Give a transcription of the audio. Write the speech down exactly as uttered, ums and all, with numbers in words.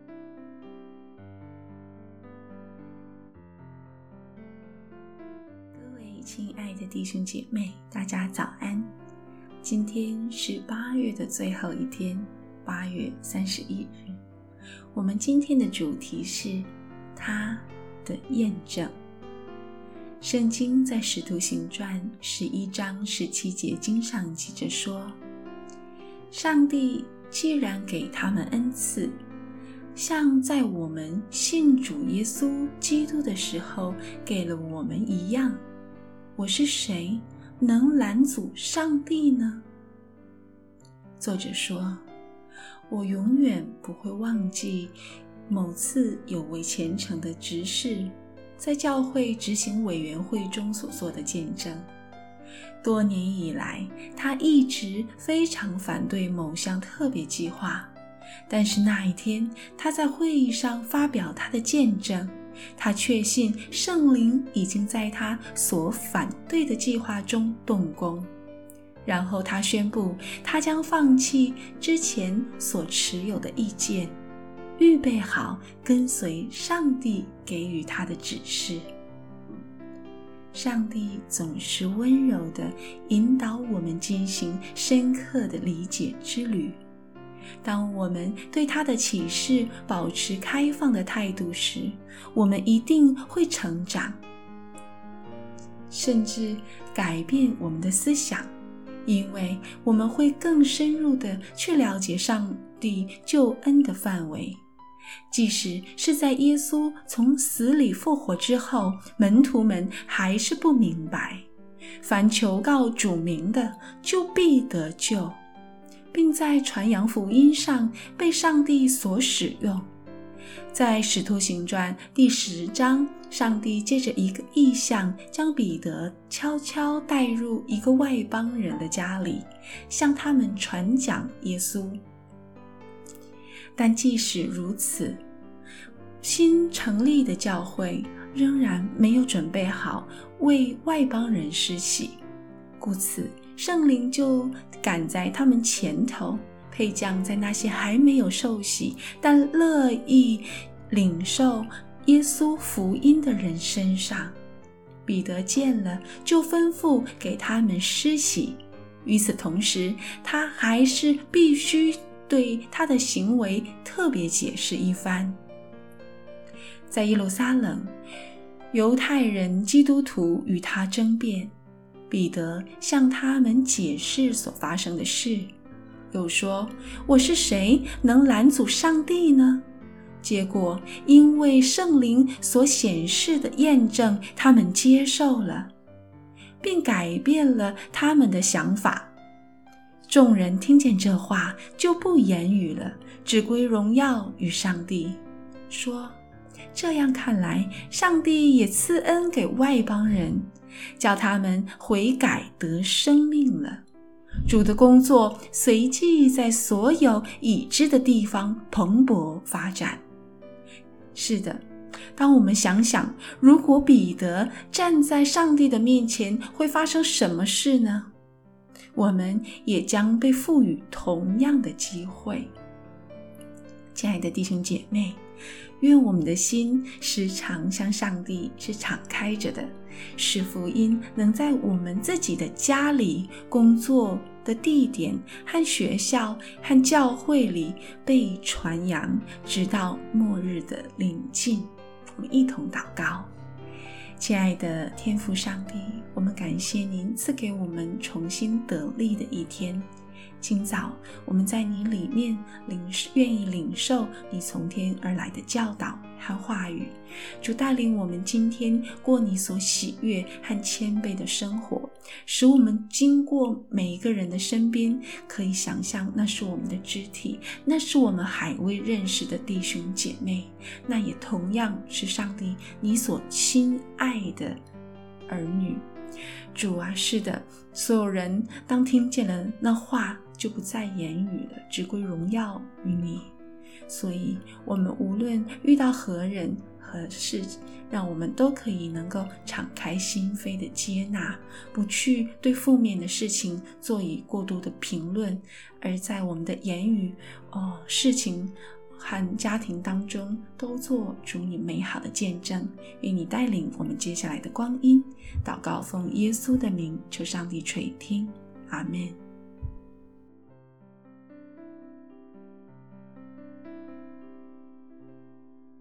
各位亲爱的弟兄姐妹，大家早安。今天是八月的最后一天，八月三十一日。我们今天的主题是他的验证。圣经在使徒行传十一章十七节经上记着说，上帝既然给他们恩赐，像在我们信主耶稣基督的时候给了我们一样，我是谁能拦阻上帝呢？作者说，我永远不会忘记某次有位虔诚的执事在教会执行委员会中所做的见证。多年以来，他一直非常反对某项特别计划，但是那一天他在会议上发表他的见证，他确信圣灵已经在他所反对的计划中动工。然后他宣布，他将放弃之前所持有的意见，预备好跟随上帝给予他的指示。上帝总是温柔地引导我们进行深刻的理解之旅。当我们对他的启示保持开放的态度时，我们一定会成长，甚至改变我们的思想，因为我们会更深入地去了解上帝救恩的范围。即使是在耶稣从死里复活之后，门徒们还是不明白，凡求告主名的就必得救，并在传扬福音上被上帝所使用。在使徒行传第十章，上帝借着一个异象将彼得悄悄带入一个外邦人的家里，向他们传讲耶稣。但即使如此，新成立的教会仍然没有准备好为外邦人施洗，故此圣灵就赶在他们前头，配降在那些还没有受洗但乐意领受耶稣福音的人身上。彼得见了，就吩咐给他们施洗。与此同时，他还是必须对他的行为特别解释一番。在耶路撒冷，犹太人基督徒与他争辩，彼得向他们解释所发生的事，又说，我是谁能拦阻上帝呢？结果因为圣灵所显示的验证，他们接受了，并改变了他们的想法。众人听见这话，就不言语了，只归荣耀与上帝，说，这样看来，上帝也赐恩给外邦人，叫他们悔改得生命了。主的工作随即在所有已知的地方蓬勃发展。是的，当我们想想，如果彼得站在上帝的面前，会发生什么事呢？我们也将被赋予同样的机会。亲爱的弟兄姐妹，愿我们的心时常向上帝是敞开着的，使福音能在我们自己的家里、工作的地点和学校和教会里被传扬，直到末日的临近。我们一同祷告。亲爱的天父上帝，我们感谢您赐给我们重新得力的一天。今早我们在你里面领愿意领受你从天而来的教导和话语。主带领我们今天过你所喜悦和谦卑的生活，使我们经过每一个人的身边，可以想象那是我们的肢体，那是我们还未认识的弟兄姐妹，那也同样是上帝你所亲爱的儿女。主啊，是的，所有人当听见了那话，就不再言语了，只归荣耀于你。所以我们无论遇到何人何事，让我们都可以能够敞开心扉的接纳，不去对负面的事情做以过度的评论，而在我们的言语哦，事情和家庭当中都做主你美好的见证。愿你带领我们接下来的光阴。祷告奉耶稣的名，求上帝垂听，阿们。